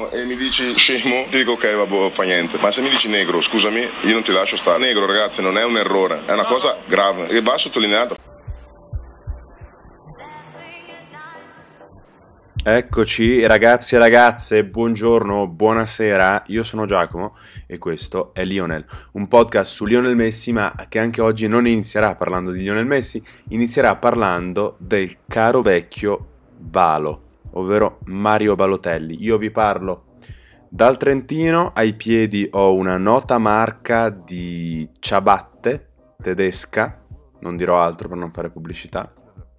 italiano e mi dici scemo, ti dico ok, vabbè, fa niente. Ma se mi dici negro, scusami, io non ti lascio stare. Negro, ragazzi, non è un errore, è una cosa grave e va sottolineata. Eccoci ragazzi e ragazze, buongiorno, buonasera, io sono Giacomo e questo è Lionel, un podcast su Lionel Messi, ma che anche oggi non inizierà parlando di Lionel Messi, inizierà parlando del caro vecchio Balo, ovvero Mario Balotelli. Io vi parlo dal Trentino, ai piedi ho una nota marca di ciabatte tedesca, non dirò altro per non fare pubblicità.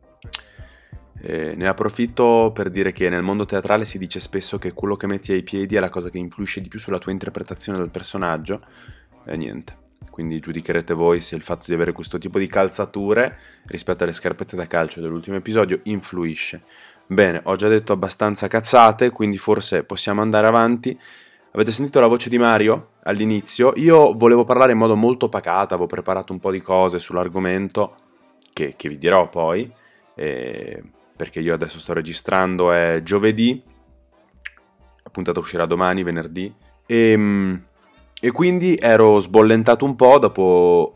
Ne approfitto per dire che nel mondo teatrale si dice spesso che quello che metti ai piedi è la cosa che influisce di più sulla tua interpretazione del personaggio e niente, quindi giudicherete voi se il fatto di avere questo tipo di calzature rispetto alle scarpette da calcio dell'ultimo episodio influisce. Bene, ho già detto abbastanza cazzate, quindi forse possiamo andare avanti. Avete sentito la voce di Mario all'inizio? Io volevo parlare in modo molto pacato, avevo preparato un po' di cose sull'argomento che vi dirò poi, perché io adesso sto registrando, è giovedì, la puntata uscirà domani, venerdì, e quindi ero sbollentato un po' dopo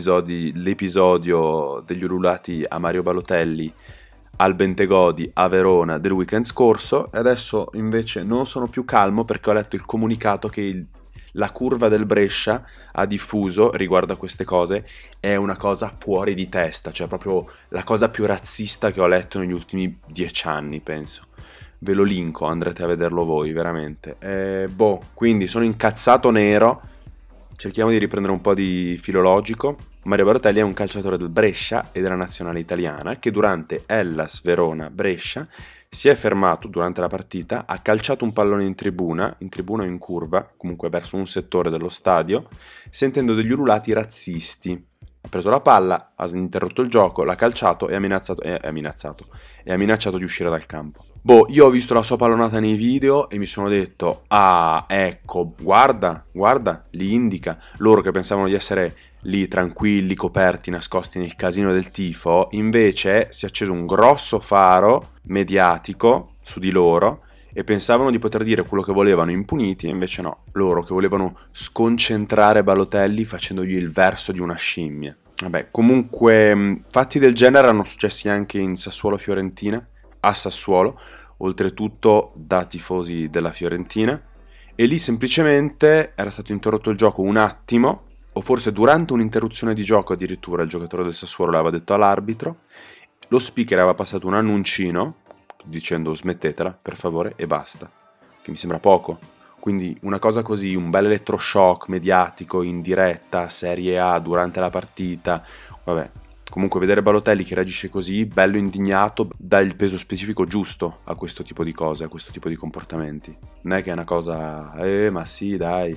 l'episodio degli ululati a Mario Balotelli al Bentegodi a Verona del weekend scorso, e adesso invece non sono più calmo perché ho letto il comunicato che la curva del Brescia ha diffuso riguardo a queste cose. È una cosa fuori di testa, cioè proprio la cosa più razzista che ho letto negli ultimi 10 anni, penso. Ve lo linko, andrete a vederlo voi, veramente. Quindi sono incazzato nero. Cerchiamo di riprendere un po' di filologico. Mario Balotelli è un calciatore del Brescia e della nazionale italiana che durante Hellas Verona-Brescia si è fermato durante la partita, ha calciato un pallone in tribuna o in curva, comunque verso un settore dello stadio, sentendo degli ululati razzisti. Ha preso la palla, ha interrotto il gioco, l'ha calciato e ha minacciato di uscire dal campo. Io ho visto la sua pallonata nei video e mi sono detto, ah, ecco, guarda, li indica. Loro che pensavano di essere lì tranquilli, coperti, nascosti nel casino del tifo, invece si è acceso un grosso faro mediatico su di loro e pensavano di poter dire quello che volevano impuniti, e invece no, loro che volevano sconcentrare Balotelli facendogli il verso di una scimmia. Vabbè, comunque fatti del genere erano successi anche in Sassuolo-Fiorentina, a Sassuolo, oltretutto da tifosi della Fiorentina, e lì semplicemente era stato interrotto il gioco un attimo, o forse durante un'interruzione di gioco addirittura il giocatore del Sassuolo l'aveva detto all'arbitro, lo speaker aveva passato un annuncino dicendo smettetela per favore e basta, che mi sembra poco. Quindi una cosa così, un bel elettroshock mediatico in diretta Serie A durante la partita, vabbè, comunque vedere Balotelli che reagisce così, bello indignato, dà il peso specifico giusto a questo tipo di cose, a questo tipo di comportamenti. Non è che è una cosa, ma sì dai,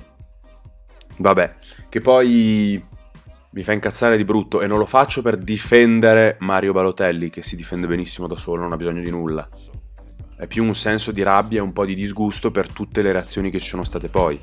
vabbè, che poi mi fa incazzare di brutto, e non lo faccio per difendere Mario Balotelli, che si difende benissimo da solo, non ha bisogno di nulla. È più un senso di rabbia e un po' di disgusto per tutte le reazioni che ci sono state poi.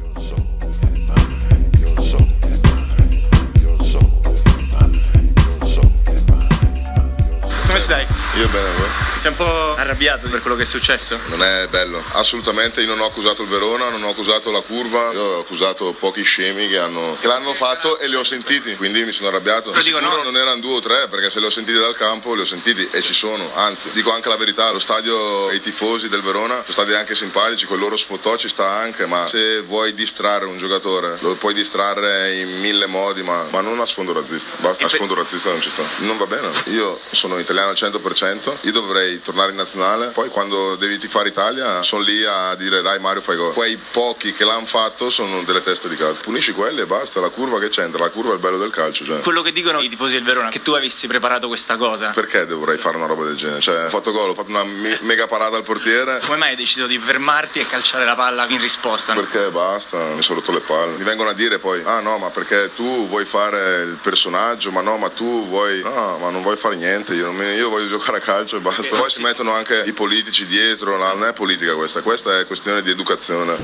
Come stai? Io bene, voi? Sei un po' arrabbiato per quello che è successo? Non è bello, assolutamente. Io non ho accusato il Verona, non ho accusato la curva, io ho accusato pochi scemi che l'hanno fatto e li ho sentiti, quindi mi sono arrabbiato. Dico, no, non erano 2 o 3, perché se li ho sentiti dal campo li ho sentiti e ci sono, anzi dico anche la verità, lo stadio e i tifosi del Verona sono stati anche simpatici, quel loro sfotò ci sta anche, ma se vuoi distrarre un giocatore lo puoi distrarre in 1000 modi, ma non a sfondo razzista, basta, a sfondo razzista non ci sta, non va bene. Io sono italiano al 100%, io dovrei tornare in nazionale, poi quando devi tifare Italia sono lì a dire dai Mario fai gol. Quei pochi che l'hanno fatto sono delle teste di cazzo, punisci quelli e basta. La curva che c'entra, la curva è il bello del calcio, cioè. Quello che dicono i tifosi del Verona, che tu avessi preparato questa cosa. Perché dovrei fare una roba del genere? Cioè, ho fatto gol, ho fatto una mega parata al portiere. Come mai hai deciso di fermarti e calciare la palla in risposta? Perché basta, mi sono rotto le palle. Mi vengono a dire poi, ah no, ma perché tu vuoi fare il personaggio, ma no, ma tu vuoi, no, ma non vuoi fare niente, io voglio giocare a calcio e basta. Poi si mettono anche i politici dietro, no, non è politica questa è questione di educazione.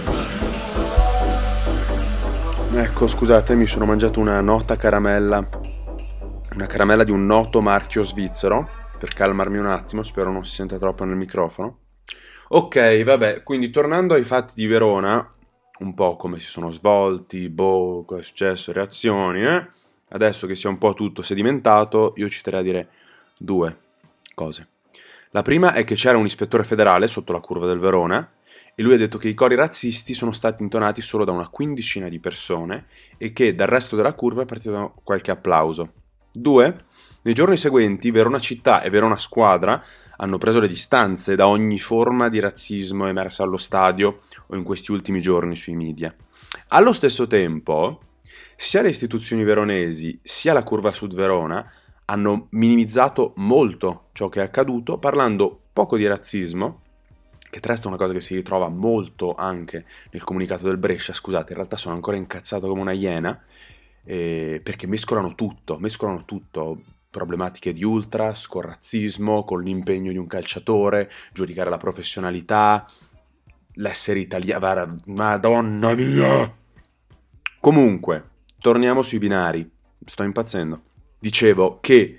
Ecco, scusate, mi sono mangiato una nota caramella, una caramella di un noto marchio svizzero, per calmarmi un attimo, spero non si senta troppo nel microfono. Ok, vabbè, quindi tornando ai fatti di Verona, un po' come si sono svolti, cosa è successo, reazioni, adesso che sia un po' tutto sedimentato, io ci terrei a dire due cose. La prima è che c'era un ispettore federale sotto la curva del Verona e lui ha detto che i cori razzisti sono stati intonati solo da una quindicina di persone e che dal resto della curva è partito qualche applauso. Due, nei giorni seguenti Verona città e Verona squadra hanno preso le distanze da ogni forma di razzismo emersa allo stadio o in questi ultimi giorni sui media. Allo stesso tempo, sia le istituzioni veronesi sia la curva Sud Verona hanno minimizzato molto ciò che è accaduto, parlando poco di razzismo, che tra l'altro è una cosa che si ritrova molto anche nel comunicato del Brescia. Scusate, in realtà sono ancora incazzato come una iena, perché mescolano tutto, problematiche di ultras, con razzismo, con l'impegno di un calciatore, giudicare la professionalità, l'essere italiano, madonna mia! Comunque, torniamo sui binari, sto impazzendo. Dicevo che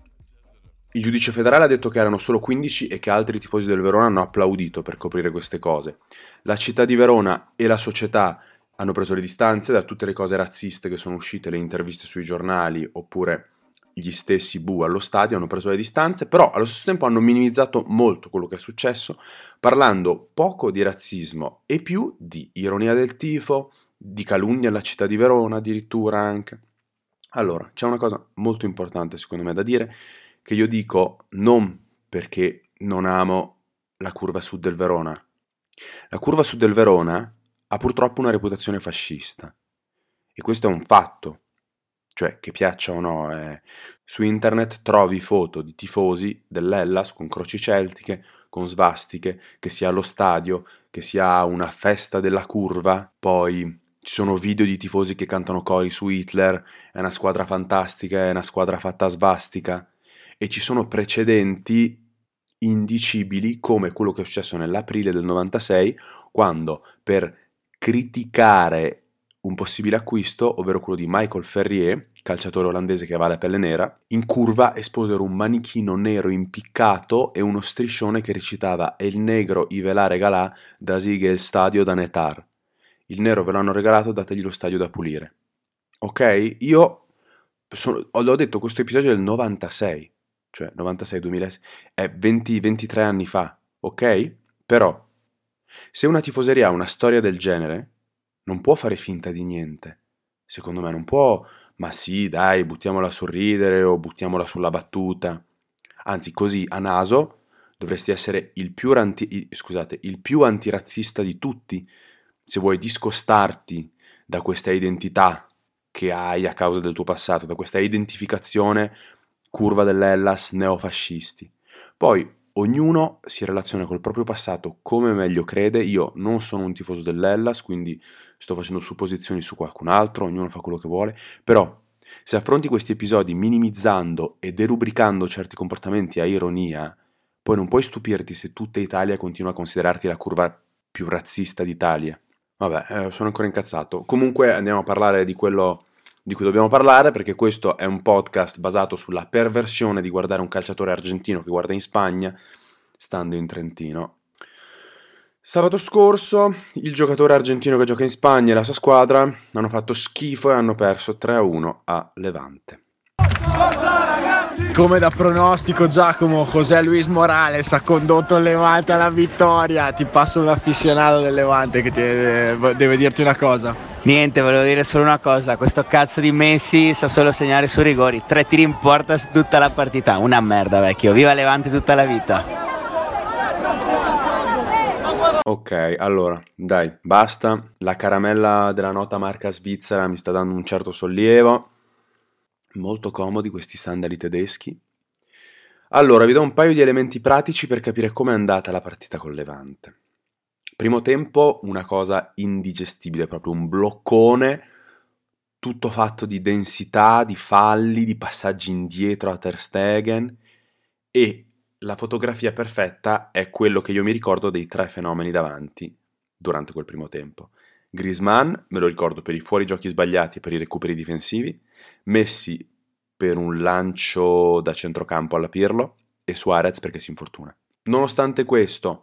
il giudice federale ha detto che erano solo 15 e che altri tifosi del Verona hanno applaudito per coprire queste cose. La città di Verona e la società hanno preso le distanze da tutte le cose razziste che sono uscite, le interviste sui giornali oppure gli stessi bu allo stadio hanno preso le distanze, però allo stesso tempo hanno minimizzato molto quello che è successo, parlando poco di razzismo e più di ironia del tifo, di calunnia alla città di Verona addirittura anche. Allora, c'è una cosa molto importante secondo me da dire, che io dico non perché non amo la curva sud del Verona. La curva sud del Verona ha purtroppo una reputazione fascista e questo è un fatto, cioè che piaccia o no. Su internet trovi foto di tifosi dell'Hellas con croci celtiche, con svastiche, che sia allo stadio, che sia una festa della curva, poi ci sono video di tifosi che cantano cori su Hitler, è una squadra fantastica, è una squadra fatta a svastica, e ci sono precedenti indicibili come quello che è successo nell'aprile del 96, quando per criticare un possibile acquisto, ovvero quello di Michael Ferrier, calciatore olandese che aveva la pelle nera, in curva esposero un manichino nero impiccato e uno striscione che recitava "El negro y ve l'ha regala da sigue il stadio da netar". Il nero ve l'hanno regalato, dategli lo stadio da pulire. Ok? Io l'ho detto, questo episodio è del 96, cioè 96-2006, è 20-23 anni fa, ok? Però, se una tifoseria ha una storia del genere, non può fare finta di niente. Secondo me non può, ma sì, dai, buttiamola a sorridere o buttiamola sulla battuta. Anzi, così a naso dovresti essere il più antirazzista di tutti, se vuoi discostarti da questa identità che hai a causa del tuo passato, da questa identificazione curva dell'Hellas neofascisti. Poi ognuno si relaziona col proprio passato come meglio crede. Io non sono un tifoso dell'Hellas, quindi sto facendo supposizioni su qualcun altro, ognuno fa quello che vuole, però se affronti questi episodi minimizzando e derubricando certi comportamenti a ironia, poi non puoi stupirti se tutta Italia continua a considerarti la curva più razzista d'Italia. Vabbè, sono ancora incazzato. Comunque andiamo a parlare di quello di cui dobbiamo parlare, perché questo è un podcast basato sulla perversione di guardare un calciatore argentino che guarda in Spagna, stando in Trentino. Sabato scorso il giocatore argentino che gioca in Spagna e la sua squadra hanno fatto schifo e hanno perso 3-1 a Levante. Come da pronostico, Giacomo, José Luis Morales ha condotto il Levante alla vittoria. Ti passo un afficionato del Levante che deve dirti una cosa. Niente, volevo dire solo una cosa, questo cazzo di Messi sa solo segnare su rigori, 3 tiri in porta su tutta la partita, una merda vecchio, viva Levante tutta la vita. Ok, allora, dai, basta, la caramella della nota marca svizzera mi sta dando un certo sollievo, molto comodi questi sandali tedeschi. Allora, vi do un paio di elementi pratici per capire com'è andata la partita con Levante. Primo tempo, una cosa indigestibile, proprio un bloccone, tutto fatto di densità, di falli, di passaggi indietro a Ter Stegen, e la fotografia perfetta è quello che io mi ricordo dei 3 fenomeni davanti durante quel primo tempo. Griezmann, me lo ricordo per i fuorigiochi sbagliati e per i recuperi difensivi, Messi per un lancio da centrocampo alla Pirlo e Suarez perché si infortuna. Nonostante questo,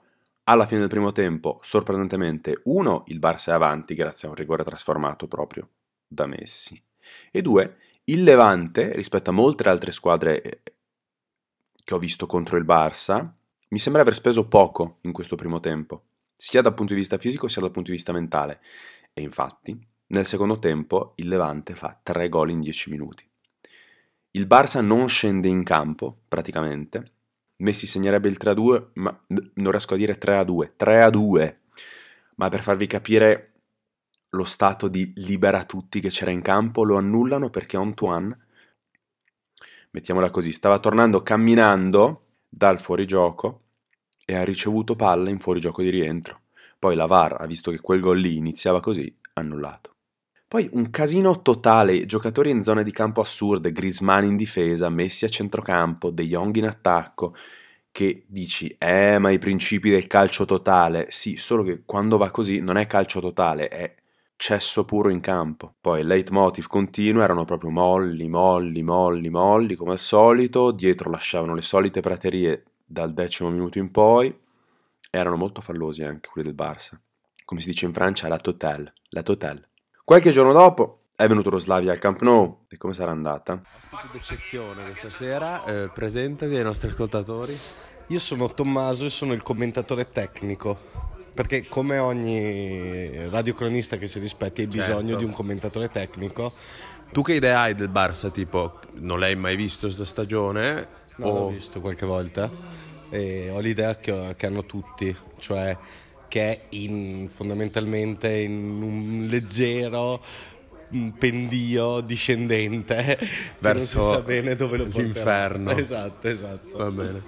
Alla fine del primo tempo, sorprendentemente, 1, il Barça è avanti grazie a un rigore trasformato proprio da Messi, e 2, il Levante, rispetto a molte altre squadre che ho visto contro il Barça, mi sembra aver speso poco in questo primo tempo, sia dal punto di vista fisico sia dal punto di vista mentale. E infatti, nel secondo tempo, il Levante fa 3 gol in 10 minuti. Il Barça non scende in campo, praticamente. Messi segnerebbe il 3-2, ma non riesco a dire 3-2. 3-2! Ma per farvi capire lo stato di libera tutti che c'era in campo, lo annullano perché Antoine, mettiamola così, stava tornando camminando dal fuorigioco e ha ricevuto palla in fuorigioco di rientro. Poi la VAR ha visto che quel gol lì iniziava così, annullato. Poi un casino totale, giocatori in zone di campo assurde, Griezmann in difesa, Messi a centrocampo, De Jong in attacco, che dici, ma i principi del calcio totale, sì, solo che quando va così non è calcio totale, è cesso puro in campo. Poi il leitmotiv continuo erano proprio molli, come al solito, dietro lasciavano le solite praterie dal 10° minuto in poi, erano molto fallosi anche quelli del Barça. Come si dice in Francia, la totale. Qualche giorno dopo è venuto lo Slavia al Camp Nou. E come sarà andata? Ospite d'eccezione questa sera, presentati ai nostri ascoltatori. Io sono Tommaso e sono il commentatore tecnico, perché come ogni radiocronista che si rispetti hai bisogno di un commentatore tecnico. Tu che idea hai del Barça? Tipo, non l'hai mai visto questa stagione? No, l'ho visto qualche volta e ho l'idea che hanno tutti, cioè che è fondamentalmente in un leggero pendio discendente verso, non si sa bene dove lo porterà. L'inferno. Esatto. Va bene.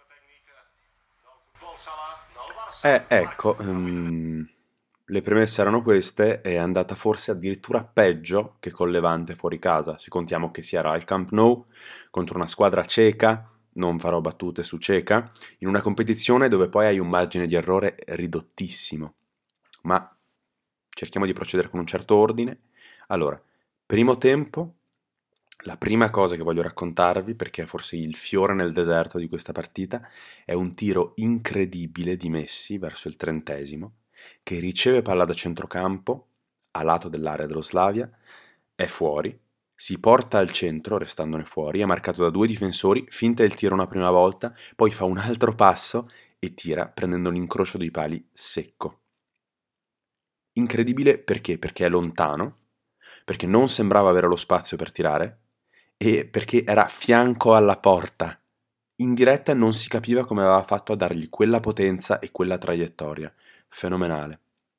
Ecco, le premesse erano queste, è andata forse addirittura peggio che con Levante fuori casa, se contiamo che si era al Camp Nou contro una squadra ceca, non farò battute su ceca, in una competizione dove poi hai un margine di errore ridottissimo. Ma cerchiamo di procedere con un certo ordine. Allora, primo tempo, la prima cosa che voglio raccontarvi, perché è forse il fiore nel deserto di questa partita, è un tiro incredibile di Messi verso il 30°, che riceve palla da centrocampo, a lato dell'area dello Slavia, è fuori, si porta al centro restandone fuori, è marcato da 2 difensori, finta il tiro una prima volta, poi fa un altro passo e tira prendendo l'incrocio dei pali secco. Incredibile perché? Perché è lontano, perché non sembrava avere lo spazio per tirare e perché era fianco alla porta. In diretta non si capiva come aveva fatto a dargli quella potenza e quella traiettoria. Fenomenale.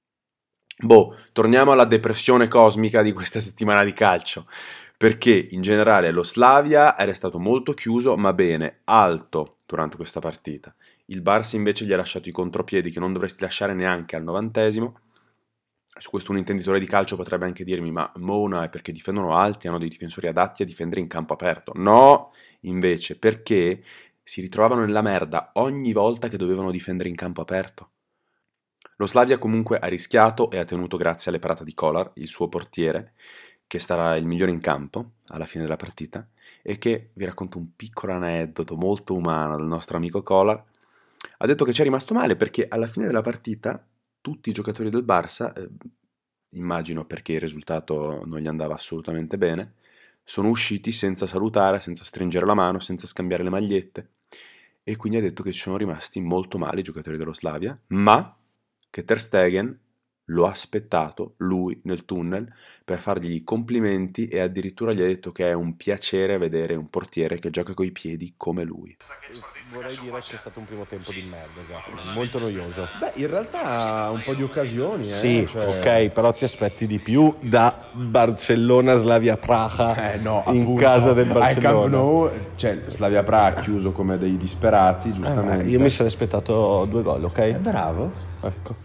Torniamo alla depressione cosmica di questa settimana di calcio, perché in generale lo Slavia è restato molto chiuso ma bene, alto durante questa partita. Il Barça invece gli ha lasciato i contropiedi che non dovresti lasciare neanche al 90°. Su questo un intenditore di calcio potrebbe anche dirmi, ma Mona è perché difendono alti, hanno dei difensori adatti a difendere in campo aperto. No, invece, perché si ritrovavano nella merda ogni volta che dovevano difendere in campo aperto. Lo Slavia comunque ha rischiato e ha tenuto grazie alle parate di Kolar, il suo portiere, che sarà il migliore in campo alla fine della partita, e che, vi racconto un piccolo aneddoto molto umano del nostro amico Kolar, ha detto che ci è rimasto male perché alla fine della partita tutti i giocatori del Barça, immagino perché il risultato non gli andava assolutamente bene, sono usciti senza salutare, senza stringere la mano, senza scambiare le magliette, e quindi ha detto che ci sono rimasti molto male i giocatori dello Slavia, ma che Ter Stegen lo ha aspettato, lui, nel tunnel, per fargli i complimenti e addirittura gli ha detto che è un piacere vedere un portiere che gioca coi piedi come lui. Vorrei dire che è stato un primo tempo di merda, molto noioso. Beh, in realtà un po' di occasioni. Sì, ok, però ti aspetti di più da Barcellona-Slavia-Praha No, in appunto, casa del al Camp Barcellona. Nou, cioè Slavia Praha ha chiuso come dei disperati, giustamente. Io mi sarei aspettato 2 gol, ok? Bravo. Ecco.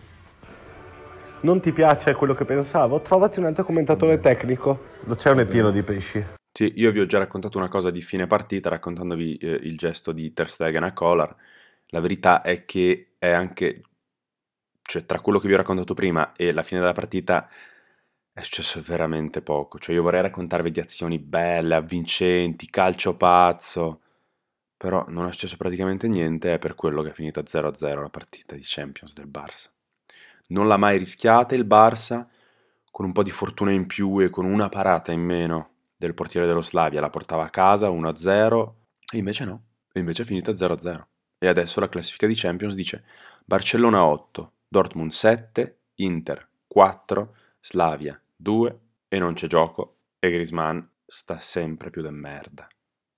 Non ti piace quello che pensavo? Trovati un altro commentatore tecnico. L'oceano è pieno di pesci. Sì, io vi ho già raccontato una cosa di fine partita, raccontandovi il gesto di Ter Stegen a Kolar. La verità è che è anche, cioè tra quello che vi ho raccontato prima e la fine della partita è successo veramente poco. Cioè io vorrei raccontarvi di azioni belle, avvincenti, calcio pazzo, però non è successo praticamente niente, è per quello che è finita 0-0 la partita di Champions del Barça. Non l'ha mai rischiata il Barça, con un po' di fortuna in più e con una parata in meno del portiere dello Slavia, la portava a casa 1-0, e invece no, e invece è finita 0-0. E adesso la classifica di Champions dice Barcellona 8, Dortmund 7, Inter 4, Slavia 2, e non c'è gioco, e Griezmann sta sempre più de merda.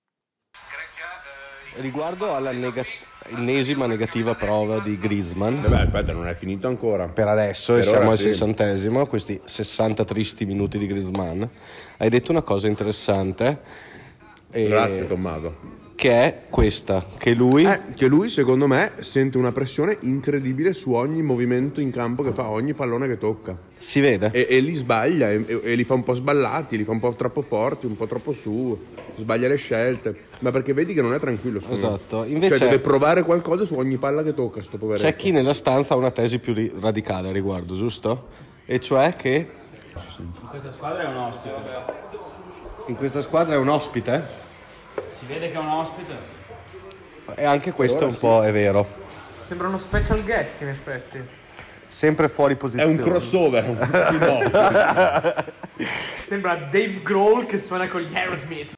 Riguardo alla ennesima negativa prova di Griezmann, Vabbè, aspetta, non è finito ancora. per adesso, Per e siamo ora al sì. 60esimo, questi 60 tristi minuti di Griezmann, hai detto una cosa interessante, Grazie Tommaso. che è questa, che lui... Che lui secondo me sente una pressione incredibile su ogni movimento in campo che fa, ogni pallone che tocca. Si vede? E li sbaglia, e li fa un po' sballati, li fa un po' troppo forti, un po' troppo su, sbaglia le scelte, ma perché vedi che non è tranquillo. Esatto, Invece invece cioè, deve provare qualcosa su ogni palla che tocca, sto poveretto. c'è chi nella stanza ha una tesi più radicale a riguardo, giusto? E cioè che In questa squadra è un ospite. in questa squadra è un ospite, Si vede che è un ospite. e anche questo un po' è vero. Sembra uno special guest in effetti. Sempre fuori È posizione. un crossover, un spin-off. Sembra Dave Grohl che suona con gli Aerosmith.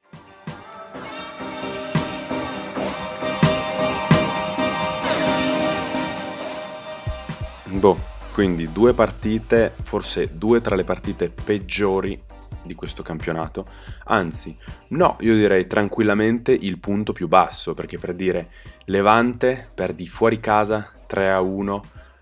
Boh, quindi 2 partite, forse 2 tra le partite peggiori di questo campionato, anzi, no, io direi tranquillamente il punto più basso, perché per dire Levante perdi fuori casa 3-1,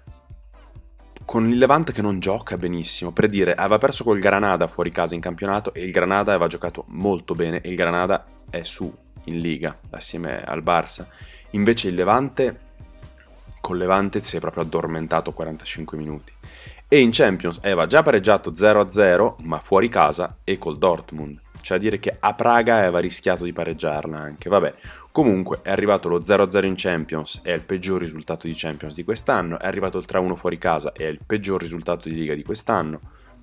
con il Levante che non gioca benissimo, per dire aveva perso col Granada fuori casa in campionato e il Granada aveva giocato molto bene e il Granada è su in Liga assieme al Barça, invece il Levante, con Levante si è proprio addormentato 45 minuti. E in Champions aveva già pareggiato 0-0, ma fuori casa e col Dortmund. Cioè a dire che a Praga aveva rischiato di pareggiarla anche. Vabbè, comunque è arrivato lo 0-0 in Champions, è il peggior risultato di Champions di quest'anno. È arrivato il 3-1 fuori casa, è il peggior risultato di Liga di quest'anno.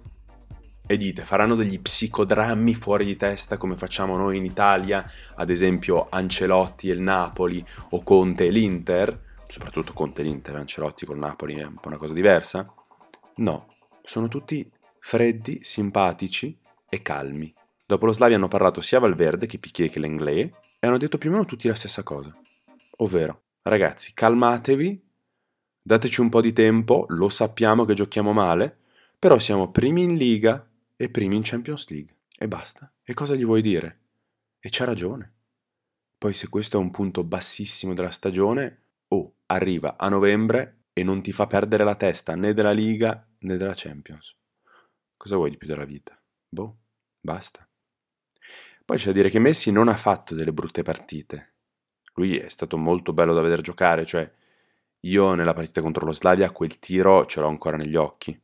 E dite, faranno degli psicodrammi fuori di testa come facciamo noi in Italia, ad esempio Ancelotti e il Napoli, o Conte e l'Inter? Soprattutto Conte e l'Inter, Ancelotti col Napoli è un po' una cosa diversa? No, sono tutti freddi, simpatici e calmi. Dopo lo Slavia hanno parlato sia Valverde che Piqué che Lenglet e hanno detto più o meno tutti la stessa cosa. Ovvero, ragazzi, calmatevi, dateci un po' di tempo, lo sappiamo che giochiamo male, però siamo primi in Liga e primi in Champions League. E basta. E cosa gli vuoi dire? E c'ha ragione. Poi se questo è un punto bassissimo della stagione, arriva a novembre e non ti fa perdere la testa né della Liga né della Champions. Cosa vuoi di più della vita? Boh, basta. Poi c'è da dire che Messi non ha fatto delle brutte partite. Lui è stato molto bello da vedere giocare, cioè io nella partita contro lo Slavia quel tiro ce l'ho ancora negli occhi.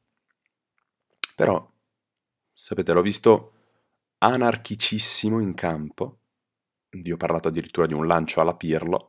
Però, sapete, l'ho visto anarchicissimo in campo. Io ho parlato addirittura di un lancio alla Pirlo.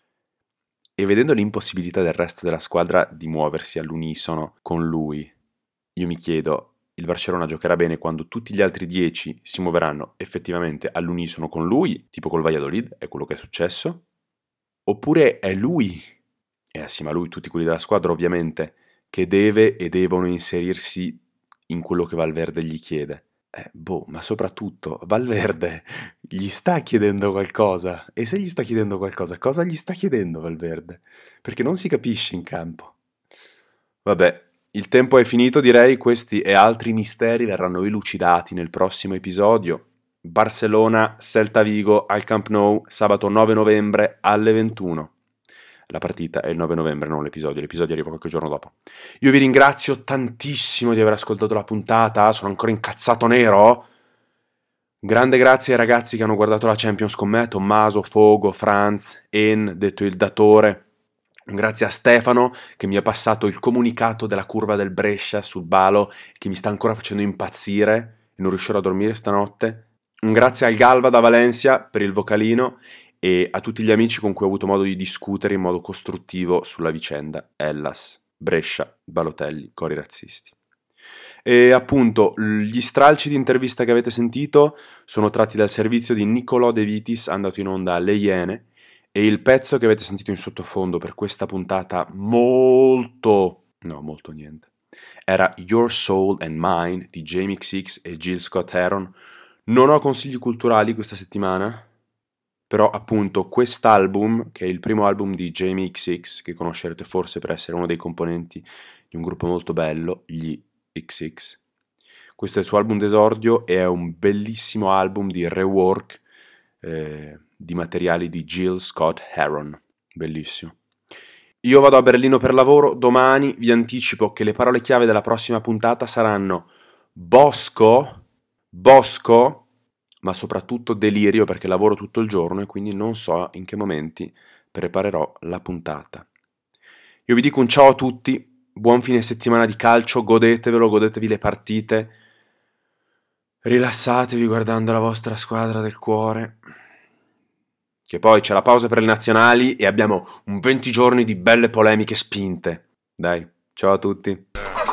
E vedendo l'impossibilità del resto della squadra di muoversi all'unisono con lui, io mi chiedo, il Barcellona giocherà bene quando tutti gli altri 10 si muoveranno effettivamente all'unisono con lui, tipo col Valladolid, è quello che è successo? Oppure è lui, e assieme a lui tutti quelli della squadra ovviamente, che deve e devono inserirsi in quello che Valverde gli chiede? Ma soprattutto Valverde gli sta chiedendo qualcosa, e se gli sta chiedendo qualcosa, cosa gli sta chiedendo Valverde? Perché non si capisce in campo. Vabbè, il tempo è finito, direi. Questi e altri misteri verranno elucidati nel prossimo episodio. Barcellona, Celta Vigo al Camp Nou, sabato 9 novembre alle 21. La partita è il 9 novembre, non l'episodio arriva qualche giorno dopo. Io vi ringrazio tantissimo di aver ascoltato la puntata, sono ancora incazzato nero. Grande grazie ai ragazzi che hanno guardato la Champions con me, Tommaso, Fogo, Franz, En, detto il datore. Grazie a Stefano che mi ha passato il comunicato della curva del Brescia sul Balo, che mi sta ancora facendo impazzire e non riuscirò a dormire stanotte. Un grazie al Galva da Valencia per il vocalino e a tutti gli amici con cui ho avuto modo di discutere in modo costruttivo sulla vicenda Hellas, Brescia, Balotelli, cori razzisti. E appunto gli stralci di intervista che avete sentito sono tratti dal servizio di Niccolò De Vitis, andato in onda alle Iene, E il pezzo che avete sentito in sottofondo per questa puntata molto niente, era Your Soul and Mine di Jamie XX e Jill Scott Heron. Non ho consigli culturali questa settimana, però appunto quest'album, che è il primo album di Jamie XX, che conoscerete forse per essere uno dei componenti di un gruppo molto bello, gli XX. Questo è il suo album d'esordio e è un bellissimo album di rework di materiali di Jill Scott Heron. Bellissimo. Io vado a Berlino per lavoro, domani vi anticipo che le parole chiave della prossima puntata saranno bosco, ma soprattutto delirio, perché lavoro tutto il giorno e quindi non so in che momenti preparerò la puntata. Io vi dico un ciao a tutti, buon fine settimana di calcio, godetevelo, godetevi le partite, rilassatevi guardando la vostra squadra del cuore, che poi c'è la pausa per le nazionali e abbiamo un 20 giorni di belle polemiche spinte. Dai, ciao a tutti.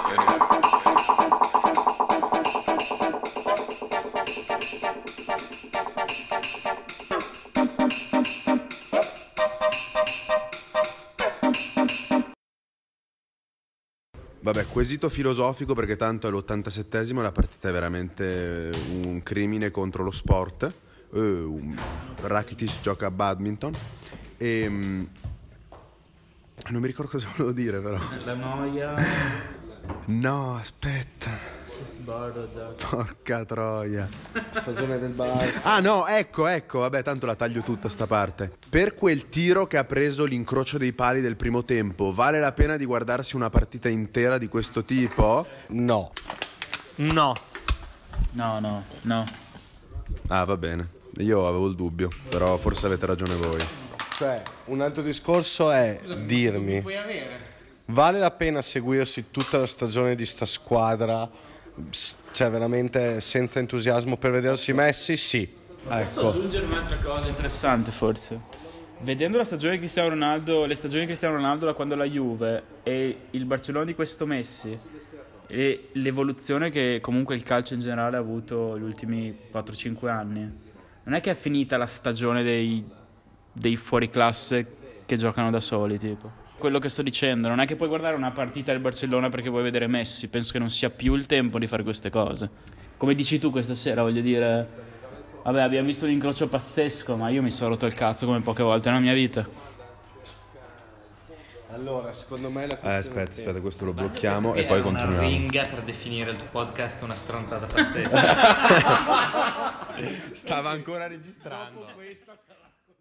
Vabbè, quesito filosofico, perché tanto è l'87esimo e la partita è veramente un crimine contro lo sport. Rakitic gioca a badminton e non mi ricordo cosa volevo dire, però. La noia. No, aspetta. Porca troia. Stagione del bar. Ah no, ecco, vabbè, tanto la taglio tutta sta parte. Per quel tiro che ha preso l'incrocio dei pali del primo tempo, vale la pena di guardarsi una partita intera di questo tipo? No. No. Ah, va bene. Io avevo il dubbio, però forse avete ragione voi. Cioè, un altro discorso è dirmi: vale la pena seguirsi tutta la stagione di sta squadra, cioè veramente senza entusiasmo, per vedersi messi? Sì. Posso Ecco. aggiungere un'altra cosa interessante forse? Vedendo la stagione di Cristiano Ronaldo, le stagioni di Cristiano Ronaldo da quando la Juve e il Barcellona di questo Messi e l'evoluzione che comunque il calcio in generale ha avuto gli ultimi 4-5 anni, non è che è finita la stagione dei fuoriclasse che giocano da soli, tipo. Quello che sto dicendo, non è che puoi guardare una partita del Barcellona perché vuoi vedere Messi, penso che non sia più il tempo di fare queste cose. Come dici tu questa sera, voglio dire, vabbè, abbiamo visto un incrocio pazzesco, ma io mi sono rotto il cazzo come poche volte nella mia vita. Allora, secondo me la questione Aspetta, questo lo blocchiamo e poi continuiamo. Una ringa per definire il tuo podcast una stronzata pazzesca. Stava ancora registrando.